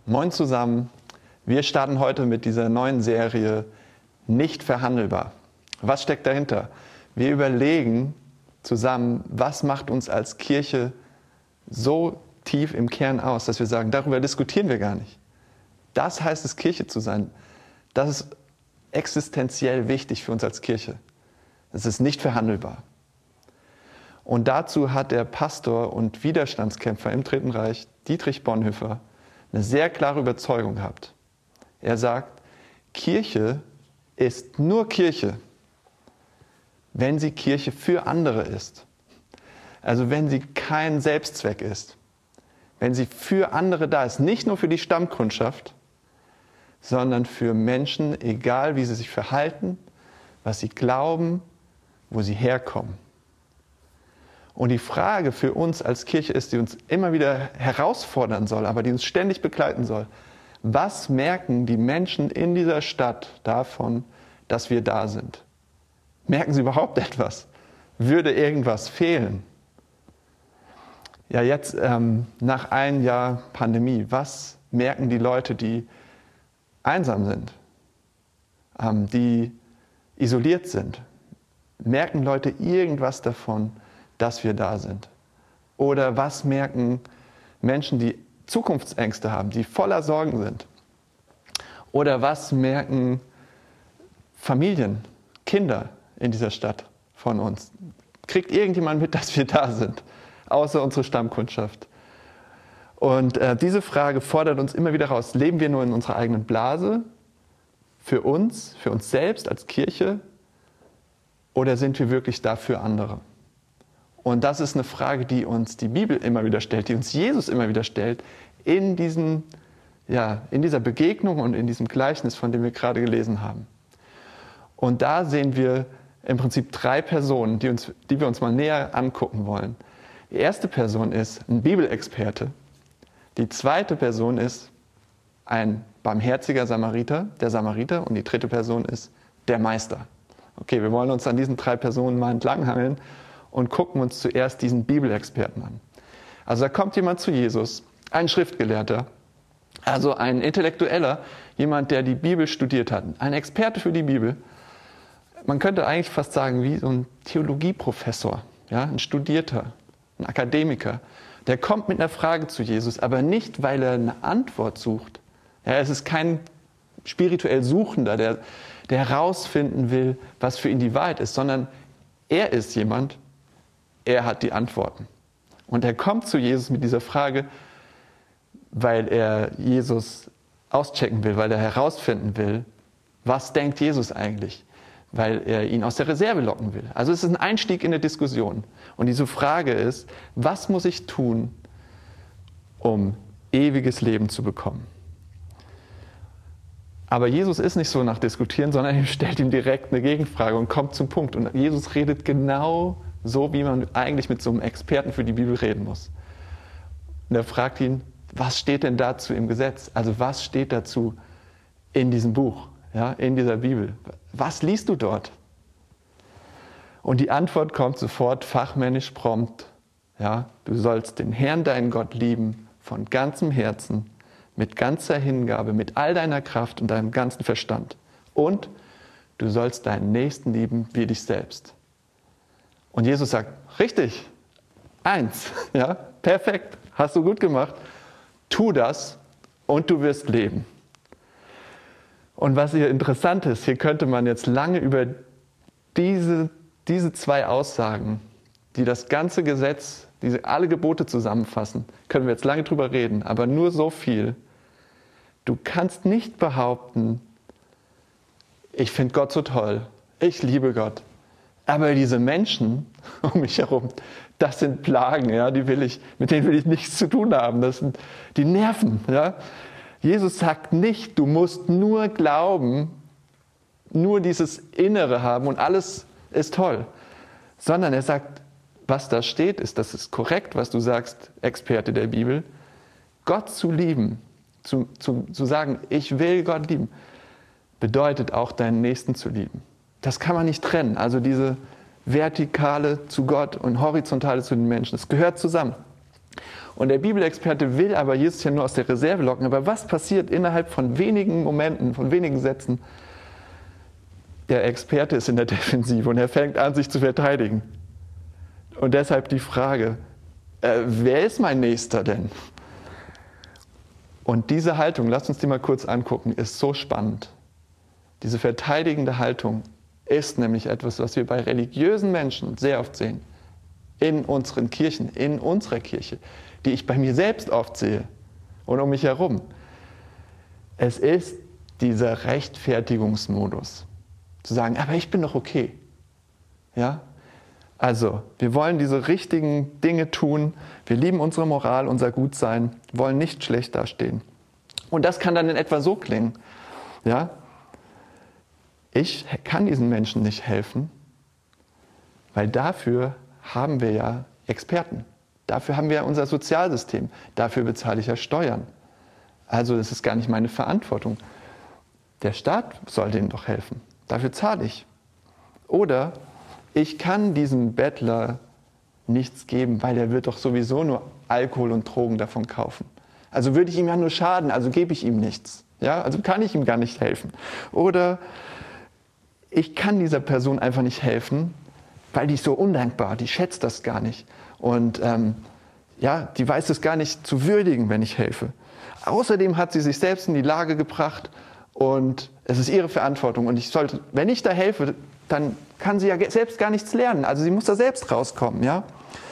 Moin zusammen, wir starten heute mit dieser neuen Serie Nicht verhandelbar. Was steckt dahinter? Wir überlegen zusammen, was macht uns als Kirche so tief im Kern aus, dass wir sagen, darüber diskutieren wir gar nicht. Das heißt es, Kirche zu sein. Das ist existenziell wichtig für uns als Kirche. Es ist nicht verhandelbar. Und dazu hat der Pastor und Widerstandskämpfer im Dritten Reich, Dietrich Bonhoeffer, eine sehr klare Überzeugung gehabt. Er sagt, Kirche ist nur Kirche, wenn sie Kirche für andere ist. Also wenn sie kein Selbstzweck ist. Wenn sie für andere da ist, nicht nur für die Stammkundschaft, sondern für Menschen, egal wie sie sich verhalten, was sie glauben, wo sie herkommen. Und die Frage für uns als Kirche ist, die uns immer wieder herausfordern soll, aber die uns ständig begleiten soll. Was merken die Menschen in dieser Stadt davon, dass wir da sind? Merken sie überhaupt etwas? Würde irgendwas fehlen? Ja, jetzt nach einem Jahr Pandemie, was merken die Leute, die einsam sind, die isoliert sind? Merken Leute irgendwas davon, dass wir da sind? Oder was merken Menschen, die Zukunftsängste haben, die voller Sorgen sind? Oder was merken Familien, Kinder in dieser Stadt von uns? Kriegt irgendjemand mit, dass wir da sind, außer unsere Stammkundschaft? Und diese Frage fordert uns immer wieder raus. Leben wir nur in unserer eigenen Blase, für uns selbst als Kirche, oder sind wir wirklich da für andere? Und das ist eine Frage, die uns die Bibel immer wieder stellt, die uns Jesus immer wieder stellt, in dieser Begegnung und in diesem Gleichnis, von dem wir gerade gelesen haben. Und da sehen wir im Prinzip 3 Personen, die wir uns mal näher angucken wollen. Die erste Person ist ein Bibelexperte. Die zweite Person ist ein barmherziger Samariter, der Samariter. Und die dritte Person ist der Meister. Okay, wir wollen uns an diesen 3 Personen mal entlanghangeln und gucken uns zuerst diesen Bibelexperten an. Also da kommt jemand zu Jesus, ein Schriftgelehrter, also ein Intellektueller, jemand, der die Bibel studiert hat, ein Experte für die Bibel. Man könnte eigentlich fast sagen, wie so ein Theologieprofessor, ja, ein Studierter, ein Akademiker. Der kommt mit einer Frage zu Jesus, aber nicht, weil er eine Antwort sucht. Ja, es ist kein spirituell Suchender, der herausfinden will, was für ihn die Wahrheit ist, sondern er ist jemand, er hat die Antworten. Und er kommt zu Jesus mit dieser Frage, weil er Jesus auschecken will, weil er herausfinden will, was denkt Jesus eigentlich, weil er ihn aus der Reserve locken will. Also es ist ein Einstieg in eine Diskussion. Und diese Frage ist, was muss ich tun, um ewiges Leben zu bekommen? Aber Jesus ist nicht so nach Diskutieren, sondern er stellt ihm direkt eine Gegenfrage und kommt zum Punkt. Und Jesus redet genau so, wie man eigentlich mit so einem Experten für die Bibel reden muss. Und er fragt ihn, was steht denn dazu im Gesetz? Also was steht dazu in diesem Buch, ja, in dieser Bibel? Was liest du dort? Und die Antwort kommt sofort fachmännisch prompt. Ja, du sollst den Herrn, deinen Gott, lieben von ganzem Herzen, mit ganzer Hingabe, mit all deiner Kraft und deinem ganzen Verstand. Und du sollst deinen Nächsten lieben wie dich selbst. Und Jesus sagt, richtig, 1, ja, perfekt, hast du gut gemacht, tu das und du wirst leben. Und was hier interessant ist, hier könnte man jetzt lange über diese 2 Aussagen, die das ganze Gesetz, alle Gebote zusammenfassen, können wir jetzt lange drüber reden, aber nur so viel. Du kannst nicht behaupten, ich finde Gott so toll, ich liebe Gott. Aber diese Menschen um mich herum, das sind Plagen, ja, mit denen will ich nichts zu tun haben. Das sind die Nerven. Ja. Jesus sagt nicht, du musst nur glauben, nur dieses Innere haben und alles ist toll. Sondern er sagt, was da steht, das ist korrekt, was du sagst, Experte der Bibel. Gott zu lieben, zu sagen, ich will Gott lieben, bedeutet auch deinen Nächsten zu lieben. Das kann man nicht trennen. Also diese Vertikale zu Gott und Horizontale zu den Menschen, das gehört zusammen. Und der Bibelexperte will aber Jesus ja nur aus der Reserve locken. Aber was passiert innerhalb von wenigen Momenten, von wenigen Sätzen? Der Experte ist in der Defensive und er fängt an, sich zu verteidigen. Und deshalb die Frage, wer ist mein Nächster denn? Und diese Haltung, lasst uns die mal kurz angucken, ist so spannend. Diese verteidigende Haltung ist nämlich etwas, was wir bei religiösen Menschen sehr oft sehen. In unseren Kirchen, in unserer Kirche, die ich bei mir selbst oft sehe und um mich herum. Es ist dieser Rechtfertigungsmodus. Zu sagen, aber ich bin doch okay. Ja? Also, wir wollen diese richtigen Dinge tun. Wir lieben unsere Moral, unser Gutsein, wollen nicht schlecht dastehen. Und das kann dann in etwa so klingen. Ja? Ich kann diesen Menschen nicht helfen, weil dafür haben wir ja Experten. Dafür haben wir ja unser Sozialsystem. Dafür bezahle ich ja Steuern. Also das ist gar nicht meine Verantwortung. Der Staat soll denen doch helfen. Dafür zahle ich. Oder ich kann diesem Bettler nichts geben, weil er wird doch sowieso nur Alkohol und Drogen davon kaufen. Also würde ich ihm ja nur schaden, also gebe ich ihm nichts. Ja? Also kann ich ihm gar nicht helfen. Oder ich kann dieser Person einfach nicht helfen, weil die ist so undankbar, die schätzt das gar nicht. Und die weiß es gar nicht zu würdigen, wenn ich helfe. Außerdem hat sie sich selbst in die Lage gebracht und es ist ihre Verantwortung. Und wenn ich da helfe, dann kann sie ja selbst gar nichts lernen. Also sie muss da selbst rauskommen. Ja?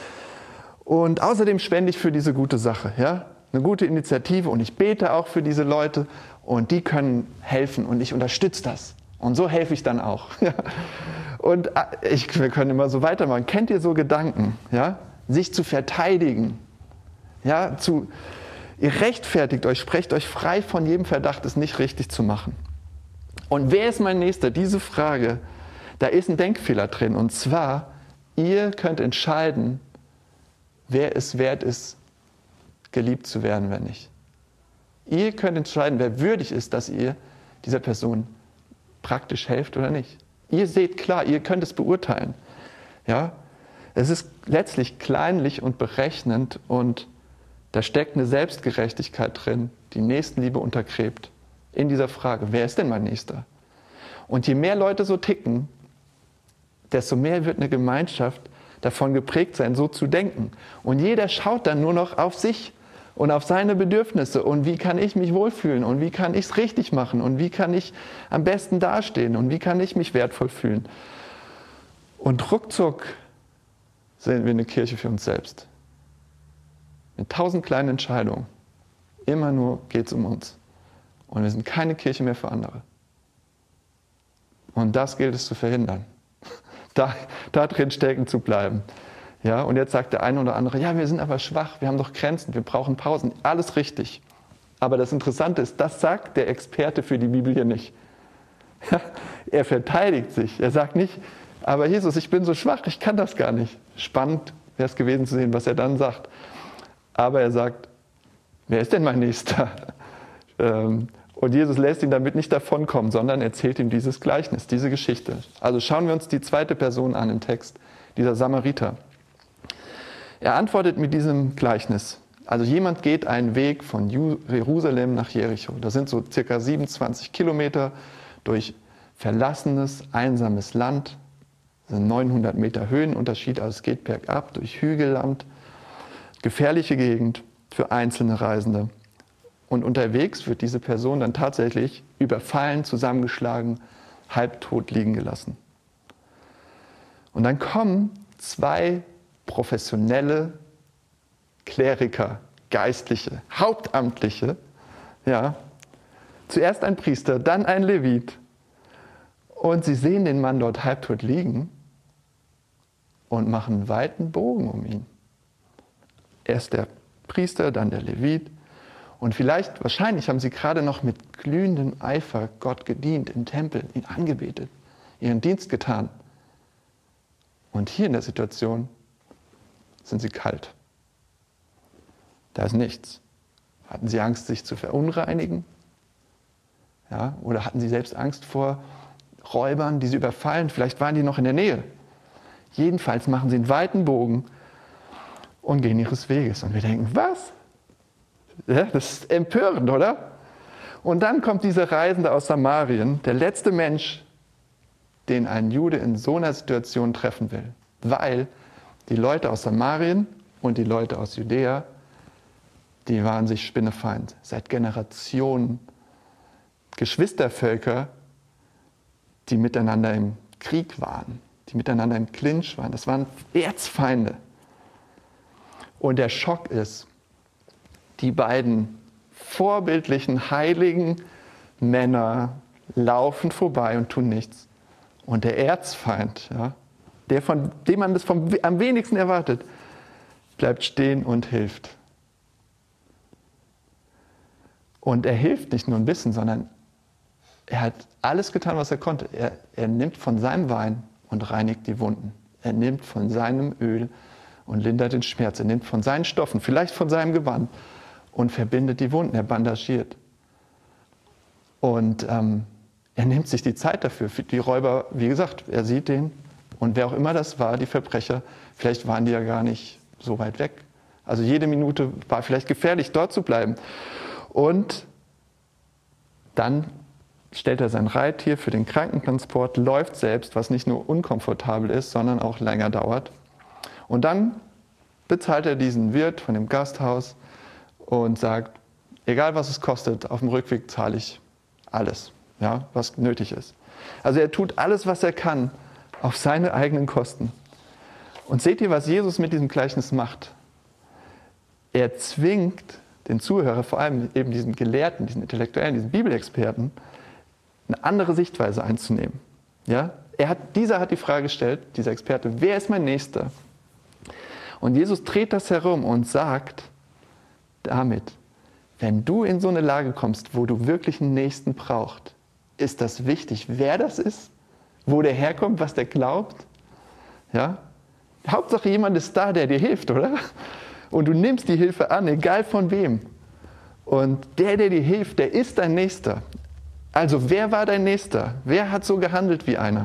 Und außerdem spende ich für diese gute Sache. Ja? Eine gute Initiative und ich bete auch für diese Leute und die können helfen und ich unterstütze das. Und so helfe ich dann auch. Ja? Und wir können immer so weitermachen. Kennt ihr so Gedanken? Ja? Sich zu verteidigen. Ja? Ihr rechtfertigt euch, sprecht euch frei von jedem Verdacht, es nicht richtig zu machen. Und wer ist mein Nächster? Diese Frage, da ist ein Denkfehler drin. Und zwar, ihr könnt entscheiden, wer es wert ist, geliebt zu werden, wer nicht. Ihr könnt entscheiden, wer würdig ist, dass ihr dieser Person praktisch helft oder nicht. Ihr seht klar, ihr könnt es beurteilen. Ja? Es ist letztlich kleinlich und berechnend und da steckt eine Selbstgerechtigkeit drin, die Nächstenliebe untergräbt. In dieser Frage, wer ist denn mein Nächster? Und je mehr Leute so ticken, desto mehr wird eine Gemeinschaft davon geprägt sein, so zu denken. Und jeder schaut dann nur noch auf sich und auf seine Bedürfnisse und wie kann ich mich wohlfühlen und wie kann ich es richtig machen und wie kann ich am besten dastehen und wie kann ich mich wertvoll fühlen. Und ruckzuck sind wir eine Kirche für uns selbst. Mit 1000 kleinen Entscheidungen. Immer nur geht es um uns. Und wir sind keine Kirche mehr für andere. Und das gilt es zu verhindern. Da drin stecken zu bleiben. Ja, und jetzt sagt der eine oder andere, ja, wir sind aber schwach, wir haben doch Grenzen, wir brauchen Pausen. Alles richtig. Aber das Interessante ist, das sagt der Experte für die Bibel hier nicht. Er verteidigt sich. Er sagt nicht, aber Jesus, ich bin so schwach, ich kann das gar nicht. Spannend wäre es gewesen zu sehen, was er dann sagt. Aber er sagt, wer ist denn mein Nächster? Und Jesus lässt ihn damit nicht davonkommen, sondern erzählt ihm dieses Gleichnis, diese Geschichte. Also schauen wir uns die zweite Person an im Text, dieser Samariter. Er antwortet mit diesem Gleichnis. Also jemand geht einen Weg von Jerusalem nach Jericho. Das sind so circa 27 Kilometer durch verlassenes, einsames Land. Das sind 900 Meter Höhenunterschied, also es geht bergab durch Hügelland. Gefährliche Gegend für einzelne Reisende. Und unterwegs wird diese Person dann tatsächlich überfallen, zusammengeschlagen, halbtot liegen gelassen. Und dann kommen zwei professionelle Kleriker, Geistliche, Hauptamtliche, ja, zuerst ein Priester, dann ein Levit. Und sie sehen den Mann dort halbtot liegen und machen einen weiten Bogen um ihn. Erst der Priester, dann der Levit. Und wahrscheinlich haben sie gerade noch mit glühendem Eifer Gott gedient im Tempel, ihn angebetet, ihren Dienst getan. Und hier in der Situation sind sie kalt. Da ist nichts. Hatten sie Angst, sich zu verunreinigen? Ja, oder hatten sie selbst Angst vor Räubern, die sie überfallen? Vielleicht waren die noch in der Nähe. Jedenfalls machen sie einen weiten Bogen und gehen ihres Weges. Und wir denken, was? Ja, das ist empörend, oder? Und dann kommt dieser Reisende aus Samarien, der letzte Mensch, den ein Jude in so einer Situation treffen will. Weil die Leute aus Samarien und die Leute aus Judäa, die waren sich spinnefeind. Seit Generationen Geschwistervölker, die miteinander im Krieg waren, die miteinander im Clinch waren. Das waren Erzfeinde. Und der Schock ist, die beiden vorbildlichen, heiligen Männer laufen vorbei und tun nichts. Und der Erzfeind, ja, der, von dem man das am wenigsten erwartet, bleibt stehen und hilft. Und er hilft nicht nur ein bisschen, sondern er hat alles getan, was er konnte. Er nimmt von seinem Wein und reinigt die Wunden. Er nimmt von seinem Öl und lindert den Schmerz. Er nimmt von seinen Stoffen, vielleicht von seinem Gewand, und verbindet die Wunden. Er bandagiert. Und er nimmt sich die Zeit dafür. Für die Räuber, wie gesagt, er sieht den. Und wer auch immer das war, die Verbrecher, vielleicht waren die ja gar nicht so weit weg. Also jede Minute war vielleicht gefährlich, dort zu bleiben. Und dann stellt er sein Reittier für den Krankentransport, läuft selbst, was nicht nur unkomfortabel ist, sondern auch länger dauert. Und dann bezahlt er diesen Wirt von dem Gasthaus und sagt, egal was es kostet, auf dem Rückweg zahle ich alles, ja, was nötig ist. Also er tut alles, was er kann, auf seine eigenen Kosten. Und seht ihr, was Jesus mit diesem Gleichnis macht? Er zwingt den Zuhörer, vor allem eben diesen Gelehrten, diesen Intellektuellen, diesen Bibelexperten, eine andere Sichtweise einzunehmen. Ja? Dieser hat die Frage gestellt, dieser Experte, wer ist mein Nächster? Und Jesus dreht das herum und sagt damit, wenn du in so eine Lage kommst, wo du wirklich einen Nächsten brauchst, ist das wichtig, wer das ist, wo der herkommt, was der glaubt. Ja? Hauptsache jemand ist da, der dir hilft, oder? Und du nimmst die Hilfe an, egal von wem. Und der dir hilft, der ist dein Nächster. Also wer war dein Nächster? Wer hat so gehandelt wie einer?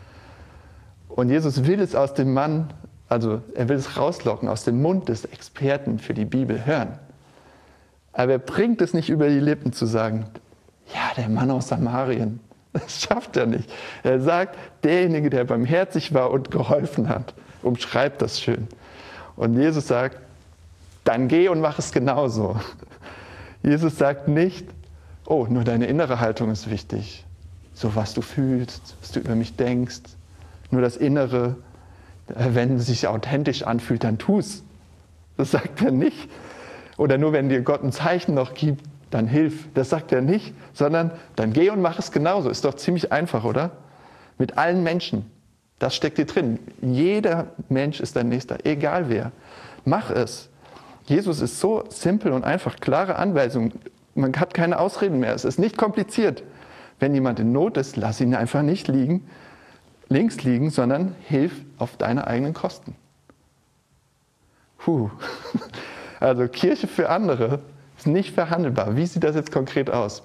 Und Jesus will es aus dem Mann, also er will es rauslocken, aus dem Mund des Experten für die Bibel hören. Aber er bringt es nicht über die Lippen zu sagen, ja, der Mann aus Samarien, das schafft er nicht. Er sagt, derjenige, der barmherzig war und geholfen hat, umschreibt das schön. Und Jesus sagt, dann geh und mach es genauso. Jesus sagt nicht, oh, nur deine innere Haltung ist wichtig. So was du fühlst, was du über mich denkst. Nur das Innere, wenn es sich authentisch anfühlt, dann tu's. Das sagt er nicht. Oder nur wenn dir Gott ein Zeichen noch gibt, dann hilf. Das sagt er nicht, sondern dann geh und mach es genauso. Ist doch ziemlich einfach, oder? Mit allen Menschen. Das steckt hier drin. Jeder Mensch ist dein Nächster, egal wer. Mach es. Jesus ist so simpel und einfach, klare Anweisungen. Man hat keine Ausreden mehr. Es ist nicht kompliziert. Wenn jemand in Not ist, lass ihn einfach nicht links liegen, sondern hilf auf deine eigenen Kosten. Also Kirche für andere ist nicht verhandelbar. Wie sieht das jetzt konkret aus?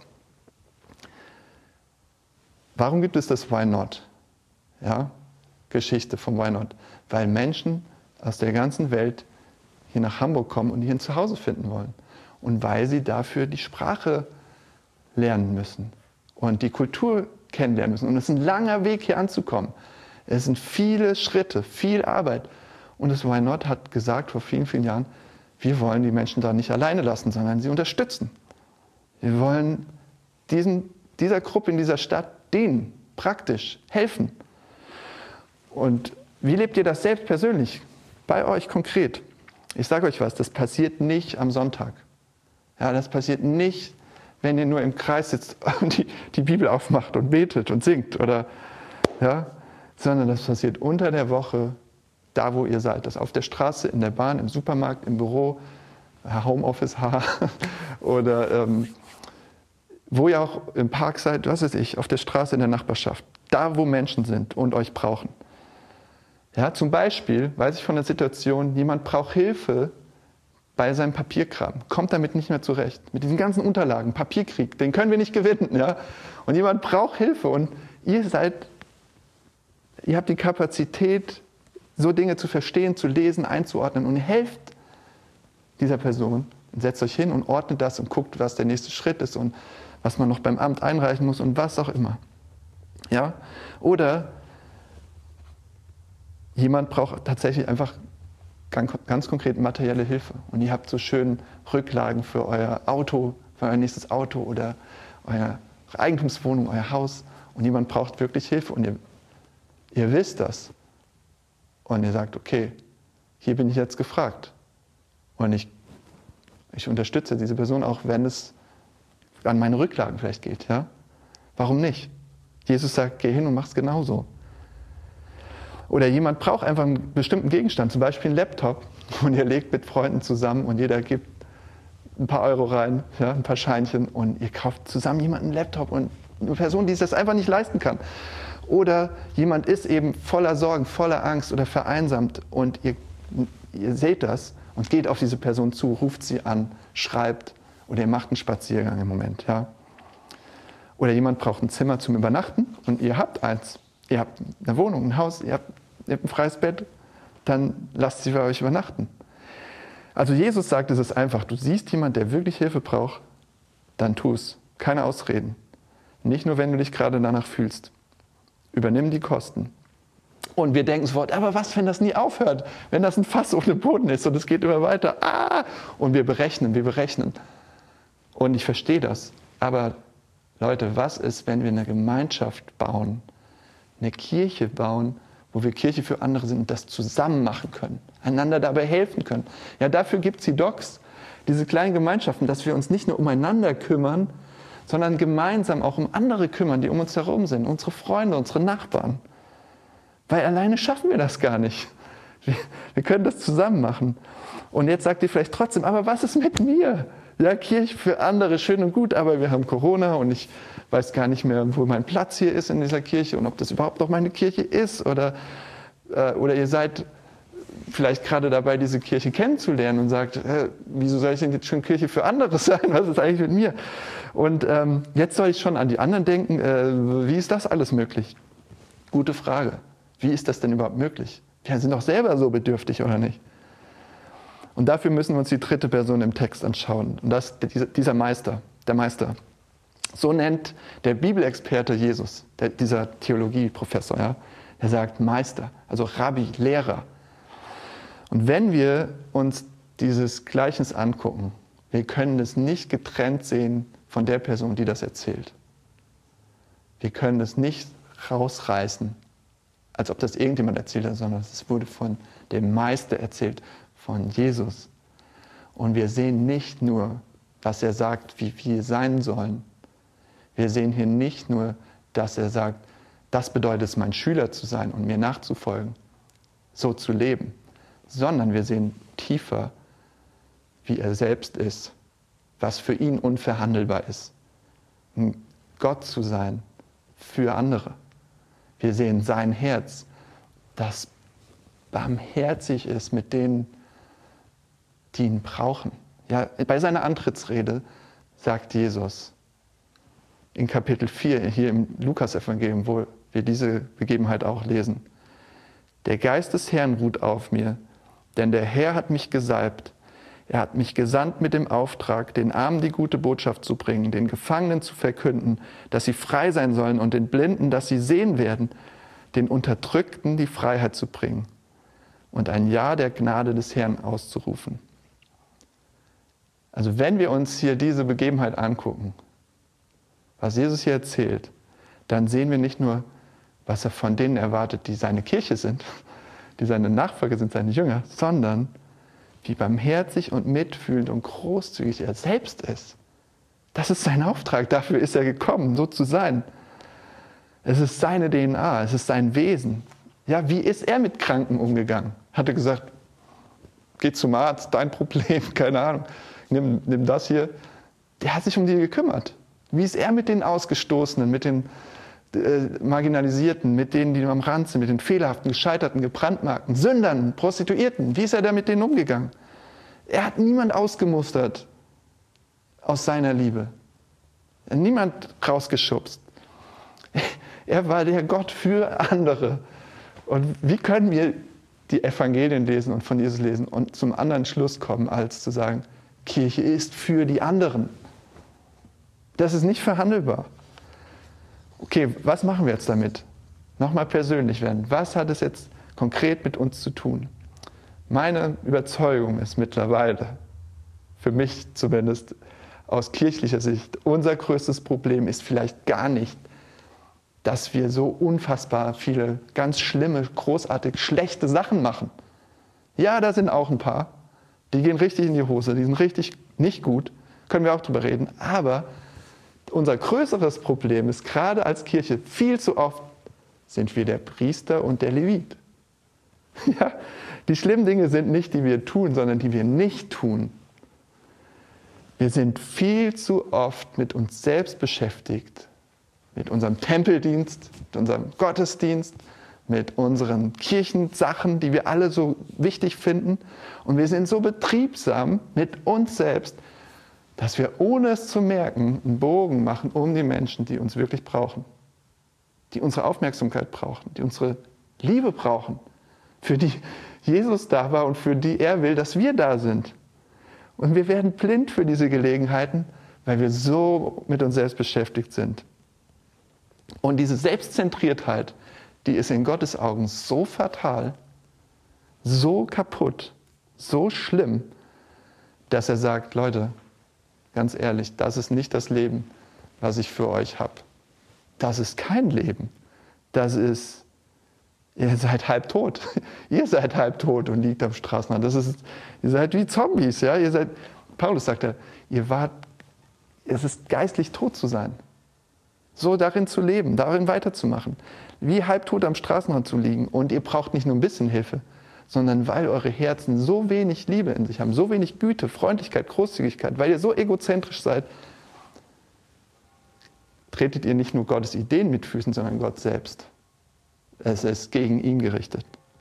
Warum gibt es das Why Not? Ja, Geschichte vom Why Not. Weil Menschen aus der ganzen Welt hier nach Hamburg kommen und hier ein Zuhause finden wollen. Und weil sie dafür die Sprache lernen müssen und die Kultur kennenlernen müssen. Und es ist ein langer Weg, hier anzukommen. Es sind viele Schritte, viel Arbeit. Und das Why Not hat gesagt vor vielen, vielen Jahren, wir wollen die Menschen da nicht alleine lassen, sondern sie unterstützen. Wir wollen dieser Gruppe in dieser Stadt dienen, praktisch helfen. Und wie lebt ihr das selbst persönlich? Bei euch konkret. Ich sage euch was, das passiert nicht am Sonntag. Ja, das passiert nicht, wenn ihr nur im Kreis sitzt und die Bibel aufmacht und betet und singt. Sondern das passiert unter der Woche, da wo ihr seid. Das auf der Straße, in der Bahn, im Supermarkt, im Büro, Homeoffice, oder wo ihr auch im Park seid, was weiß ich, auf der Straße, in der Nachbarschaft. Da, wo Menschen sind und euch brauchen. Ja, zum Beispiel weiß ich von der Situation, jemand braucht Hilfe bei seinem Papierkram, kommt damit nicht mehr zurecht. Mit diesen ganzen Unterlagen, Papierkrieg, den können wir nicht gewinnen. Ja? Und jemand braucht Hilfe und ihr habt die Kapazität, so Dinge zu verstehen, zu lesen, einzuordnen und helft dieser Person, setzt euch hin und ordnet das und guckt, was der nächste Schritt ist und was man noch beim Amt einreichen muss und was auch immer. Ja? Oder jemand braucht tatsächlich einfach ganz konkret materielle Hilfe und ihr habt so schön Rücklagen für euer Auto, für euer nächstes Auto oder eure Eigentumswohnung, euer Haus und jemand braucht wirklich Hilfe und ihr wisst das und ihr sagt, okay, hier bin ich jetzt gefragt und ich unterstütze diese Person auch, wenn es an meine Rücklagen vielleicht geht. Ja? Warum nicht? Jesus sagt, geh hin und mach's genauso. Oder jemand braucht einfach einen bestimmten Gegenstand, zum Beispiel einen Laptop, und ihr legt mit Freunden zusammen und jeder gibt ein paar Euro rein, ja, ein paar Scheinchen und ihr kauft zusammen jemanden einen Laptop und eine Person, die sich das einfach nicht leisten kann. Oder jemand ist eben voller Sorgen, voller Angst oder vereinsamt und ihr seht das und geht auf diese Person zu, ruft sie an, schreibt oder ihr macht einen Spaziergang im Moment. Ja. Oder jemand braucht ein Zimmer zum Übernachten und ihr habt eins. Ihr habt eine Wohnung, ein Haus, ihr habt ein freies Bett, dann lasst sie bei euch übernachten. Also Jesus sagt, es ist einfach, du siehst jemanden, der wirklich Hilfe braucht, dann tu es. Keine Ausreden. Nicht nur, wenn du dich gerade danach fühlst. Übernimm die Kosten. Und wir denken sofort, aber was, wenn das nie aufhört? Wenn das ein Fass ohne Boden ist und es geht immer weiter. Und wir berechnen. Und ich verstehe das. Aber Leute, was ist, wenn wir eine Gemeinschaft bauen, eine Kirche bauen, wo wir Kirche für andere sind und das zusammen machen können, einander dabei helfen können. Ja, dafür gibt es die Docs, diese kleinen Gemeinschaften, dass wir uns nicht nur umeinander kümmern, sondern gemeinsam auch um andere kümmern, die um uns herum sind, unsere Freunde, unsere Nachbarn. Weil alleine schaffen wir das gar nicht. Wir können das zusammen machen. Und jetzt sagt ihr vielleicht trotzdem, aber was ist mit mir? Ja, Kirche für andere, schön und gut, aber wir haben Corona und ich weiß gar nicht mehr, wo mein Platz hier ist in dieser Kirche und ob das überhaupt noch meine Kirche ist. Oder ihr seid vielleicht gerade dabei, diese Kirche kennenzulernen und sagt, wieso soll ich denn jetzt schon Kirche für andere sein? Was ist eigentlich mit mir? Und jetzt soll ich schon an die anderen denken, wie ist das alles möglich? Gute Frage. Wie ist das denn überhaupt möglich? Wir sind doch selber so bedürftig, oder nicht? Und dafür müssen wir uns die dritte Person im Text anschauen. Und das ist dieser Meister, der Meister. So nennt der Bibelexperte Jesus, dieser Theologieprofessor, ja, der sagt Meister, also Rabbi, Lehrer. Und wenn wir uns dieses Gleichnis angucken, wir können es nicht getrennt sehen von der Person, die das erzählt. Wir können es nicht rausreißen, als ob das irgendjemand erzählt hat, sondern es wurde von dem Meister erzählt, von Jesus. Und wir sehen nicht nur, was er sagt, wie wir sein sollen. Wir sehen hier nicht nur, dass er sagt, das bedeutet es, mein Schüler zu sein und mir nachzufolgen, so zu leben, sondern wir sehen tiefer, wie er selbst ist, was für ihn unverhandelbar ist, ein Gott zu sein für andere. Wir sehen sein Herz, das barmherzig ist mit denen, die ihn brauchen. Ja, bei seiner Antrittsrede sagt Jesus in Kapitel 4, hier im Lukas-Evangelium, wo wir diese Begebenheit auch lesen: Der Geist des Herrn ruht auf mir, denn der Herr hat mich gesalbt. Er hat mich gesandt mit dem Auftrag, den Armen die gute Botschaft zu bringen, den Gefangenen zu verkünden, dass sie frei sein sollen, und den Blinden, dass sie sehen werden, den Unterdrückten die Freiheit zu bringen und ein Ja der Gnade des Herrn auszurufen. Also wenn wir uns hier diese Begebenheit angucken, was Jesus hier erzählt, dann sehen wir nicht nur, was er von denen erwartet, die seine Kirche sind, die seine Nachfolger sind, seine Jünger, sondern wie barmherzig und mitfühlend und großzügig er selbst ist. Das ist sein Auftrag, dafür ist er gekommen, so zu sein. Es ist seine DNA, es ist sein Wesen. Ja, wie ist er mit Kranken umgegangen? Hat er gesagt, geh zum Arzt, dein Problem, keine Ahnung, nimm das hier. Der hat sich um die gekümmert. Wie ist er mit den Ausgestoßenen, mit den Marginalisierten, mit denen, die am Rand sind, mit den Fehlerhaften, Gescheiterten, Gebrandmarkten, Sündern, Prostituierten? Wie ist er da mit denen umgegangen? Er hat niemand ausgemustert aus seiner Liebe. Niemand rausgeschubst. Er war der Gott für andere. Und wie können wir die Evangelien lesen und von Jesus lesen und zum anderen Schluss kommen, als zu sagen, Kirche ist für die anderen. Das ist nicht verhandelbar. Okay, was machen wir jetzt damit? Nochmal persönlich werden. Was hat es jetzt konkret mit uns zu tun? Meine Überzeugung ist mittlerweile, für mich zumindest aus kirchlicher Sicht, unser größtes Problem ist vielleicht gar nicht, dass wir so unfassbar viele ganz schlimme, großartig schlechte Sachen machen. Ja, da sind auch ein paar, die gehen richtig in die Hose, die sind richtig nicht gut, können wir auch drüber reden. Aber unser größeres Problem ist, gerade als Kirche, viel zu oft sind wir der Priester und der Levit. Ja, die schlimmen Dinge sind nicht, die wir tun, sondern die wir nicht tun. Wir sind viel zu oft mit uns selbst beschäftigt, mit unserem Tempeldienst, mit unserem Gottesdienst, mit unseren Kirchensachen, die wir alle so wichtig finden. Und wir sind so betriebsam mit uns selbst, dass wir, ohne es zu merken, einen Bogen machen um die Menschen, die uns wirklich brauchen, die unsere Aufmerksamkeit brauchen, die unsere Liebe brauchen, für die Jesus da war und für die er will, dass wir da sind. Und wir werden blind für diese Gelegenheiten, weil wir so mit uns selbst beschäftigt sind. Und diese Selbstzentriertheit, die ist in Gottes Augen so fatal, so kaputt, so schlimm, dass er sagt, Leute, ganz ehrlich, das ist nicht das Leben, was ich für euch habe. Das ist kein Leben. Das ist, ihr seid halb tot. Ihr seid halb tot und liegt am Straßenrand. Ihr seid wie Zombies. Ja? Paulus sagt ja, es ist geistlich tot zu sein. So darin zu leben, darin weiterzumachen. Wie halbtot am Straßenrand zu liegen. Und ihr braucht nicht nur ein bisschen Hilfe, sondern weil eure Herzen so wenig Liebe in sich haben, so wenig Güte, Freundlichkeit, Großzügigkeit, weil ihr so egozentrisch seid, tretet ihr nicht nur Gottes Ideen mit Füßen, sondern Gott selbst. Es ist gegen ihn gerichtet.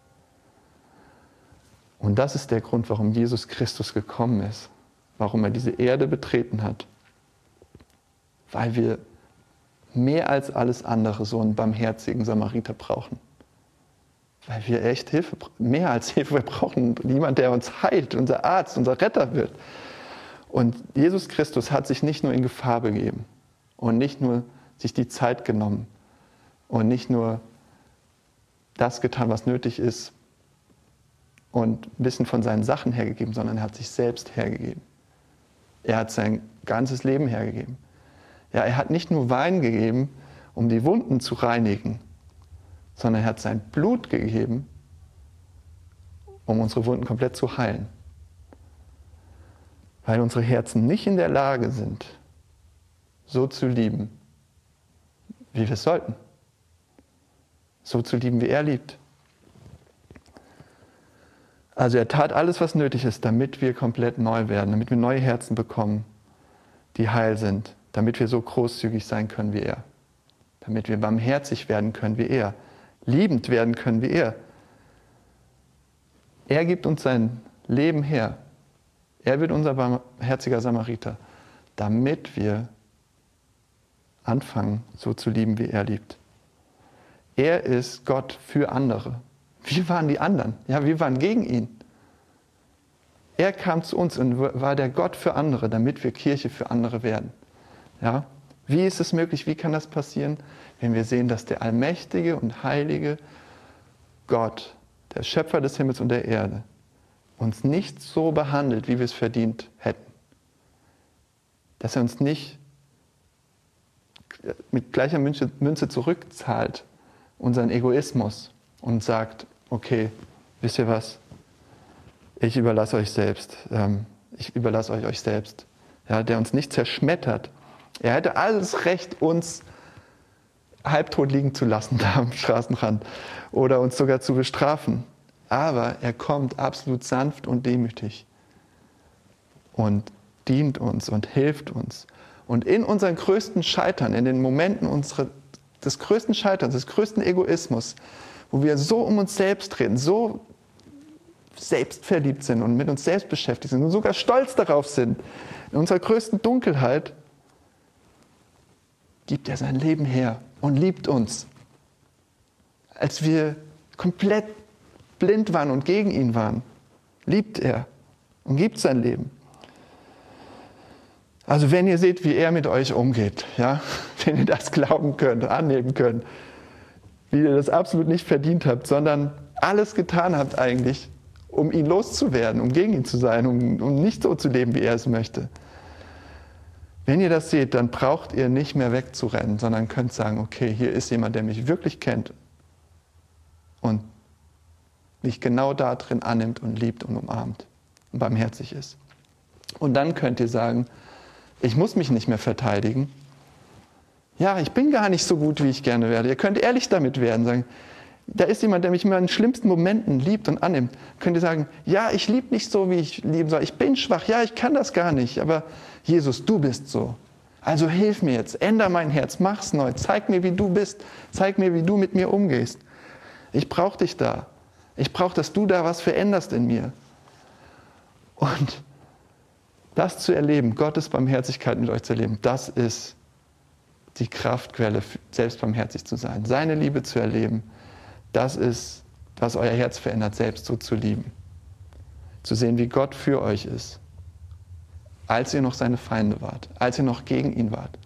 Und das ist der Grund, warum Jesus Christus gekommen ist, warum er diese Erde betreten hat. Weil wir mehr als alles andere so einen barmherzigen Samariter brauchen. Weil wir echt Hilfe brauchen, mehr als Hilfe. Wir brauchen jemanden, der uns heilt, unser Arzt, unser Retter wird. Und Jesus Christus hat sich nicht nur in Gefahr begeben und nicht nur sich die Zeit genommen und nicht nur das getan, was nötig ist und ein bisschen von seinen Sachen hergegeben, sondern er hat sich selbst hergegeben. Er hat sein ganzes Leben hergegeben. Ja, er hat nicht nur Wein gegeben, um die Wunden zu reinigen, sondern er hat sein Blut gegeben, um unsere Wunden komplett zu heilen. Weil unsere Herzen nicht in der Lage sind, so zu lieben, wie wir es sollten. So zu lieben, wie er liebt. Also er tat alles, was nötig ist, damit wir komplett neu werden, damit wir neue Herzen bekommen, die heil sind, damit wir so großzügig sein können wie er, damit wir barmherzig werden können wie er, liebend werden können wie er. Er gibt uns sein Leben her. Er wird unser barmherziger Samariter, damit wir anfangen, so zu lieben, wie er liebt. Er ist Gott für andere. Wir waren die anderen. Ja, wir waren gegen ihn. Er kam zu uns und war der Gott für andere, damit wir Kirche für andere werden. Ja? Wie ist es möglich? Wie kann das passieren? Wenn wir sehen, dass der allmächtige und heilige Gott, der Schöpfer des Himmels und der Erde, uns nicht so behandelt, wie wir es verdient hätten. Dass er uns nicht mit gleicher Münze zurückzahlt, unseren Egoismus, und sagt, okay, wisst ihr was, ich überlasse euch selbst, euch selbst, ja, der uns nicht zerschmettert. Er hätte alles Recht, uns halbtot liegen zu lassen da am Straßenrand oder uns sogar zu bestrafen. Aber er kommt absolut sanft und demütig und dient uns und hilft uns. Und in unseren größten Scheitern, in den Momenten des größten Scheiterns, des größten Egoismus, wo wir so um uns selbst reden, so selbstverliebt sind und mit uns selbst beschäftigt sind und sogar stolz darauf sind, in unserer größten Dunkelheit, gibt er sein Leben her und liebt uns. Als wir komplett blind waren und gegen ihn waren, liebt er und gibt sein Leben. Also wenn ihr seht, wie er mit euch umgeht, ja, wenn ihr das glauben könnt, annehmen könnt, wie ihr das absolut nicht verdient habt, sondern alles getan habt eigentlich, um ihn loszuwerden, um gegen ihn zu sein, um nicht so zu leben, wie er es möchte. Wenn ihr das seht, dann braucht ihr nicht mehr wegzurennen, sondern könnt sagen, okay, hier ist jemand, der mich wirklich kennt und mich genau da drin annimmt und liebt und umarmt und barmherzig ist. Und dann könnt ihr sagen, ich muss mich nicht mehr verteidigen. Ja, ich bin gar nicht so gut, wie ich gerne werde. Ihr könnt ehrlich damit werden, sagen, da ist jemand, der mich in meinen schlimmsten Momenten liebt und annimmt. Könnt ihr sagen, ja, ich liebe nicht so, wie ich lieben soll. Ich bin schwach, ja, ich kann das gar nicht. Aber Jesus, du bist so. Also hilf mir jetzt, ändere mein Herz, mach's neu. Zeig mir, wie du bist. Zeig mir, wie du mit mir umgehst. Ich brauche dich da. Ich brauche, dass du da was veränderst in mir. Und das zu erleben, Gottes Barmherzigkeit mit euch zu erleben, das ist die Kraftquelle, selbst barmherzig zu sein. Seine Liebe zu erleben, das ist, was euer Herz verändert, selbst so zu lieben. Zu sehen, wie Gott für euch ist, als ihr noch seine Feinde wart, als ihr noch gegen ihn wart.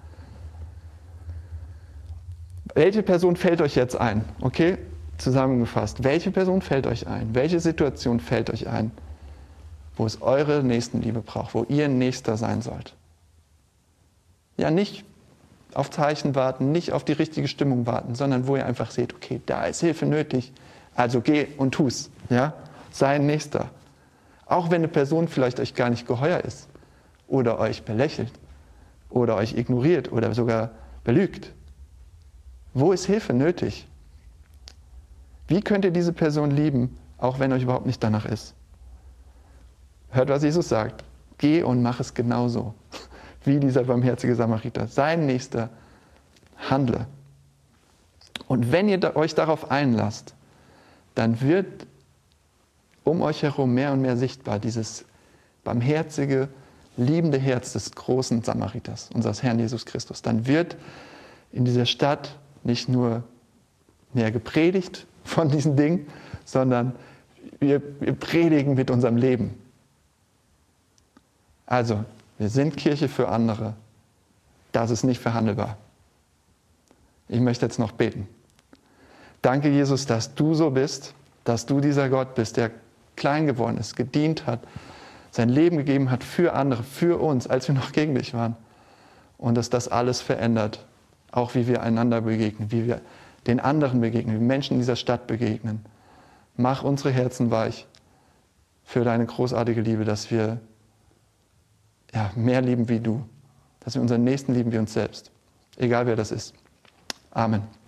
Welche Person fällt euch jetzt ein? Okay, zusammengefasst. Welche Person fällt euch ein? Welche Situation fällt euch ein, wo es eure Nächstenliebe braucht, wo ihr Nächster sein sollt? Ja, nicht auf Zeichen warten, nicht auf die richtige Stimmung warten, sondern wo ihr einfach seht, okay, da ist Hilfe nötig, also geh und tu's. Ja? Sei ein Nächster. Auch wenn eine Person vielleicht euch gar nicht geheuer ist oder euch belächelt oder euch ignoriert oder sogar belügt. Wo ist Hilfe nötig? Wie könnt ihr diese Person lieben, auch wenn euch überhaupt nicht danach ist? Hört, was Jesus sagt. Geh und mach es genauso, wie dieser barmherzige Samariter. Sein Nächster, handle. Und wenn ihr euch darauf einlasst, dann wird um euch herum mehr und mehr sichtbar dieses barmherzige, liebende Herz des großen Samariters, unseres Herrn Jesus Christus. Dann wird in dieser Stadt nicht nur mehr gepredigt von diesen Dingen, sondern wir predigen mit unserem Leben. Also, wir sind Kirche für andere. Das ist nicht verhandelbar. Ich möchte jetzt noch beten. Danke, Jesus, dass du so bist, dass du dieser Gott bist, der klein geworden ist, gedient hat, sein Leben gegeben hat für andere, für uns, als wir noch gegen dich waren. Und dass das alles verändert, auch wie wir einander begegnen, wie wir den anderen begegnen, wie Menschen in dieser Stadt begegnen. Mach unsere Herzen weich für deine großartige Liebe, dass wir mehr lieben wie du, dass wir unseren Nächsten lieben wie uns selbst, egal wer das ist. Amen.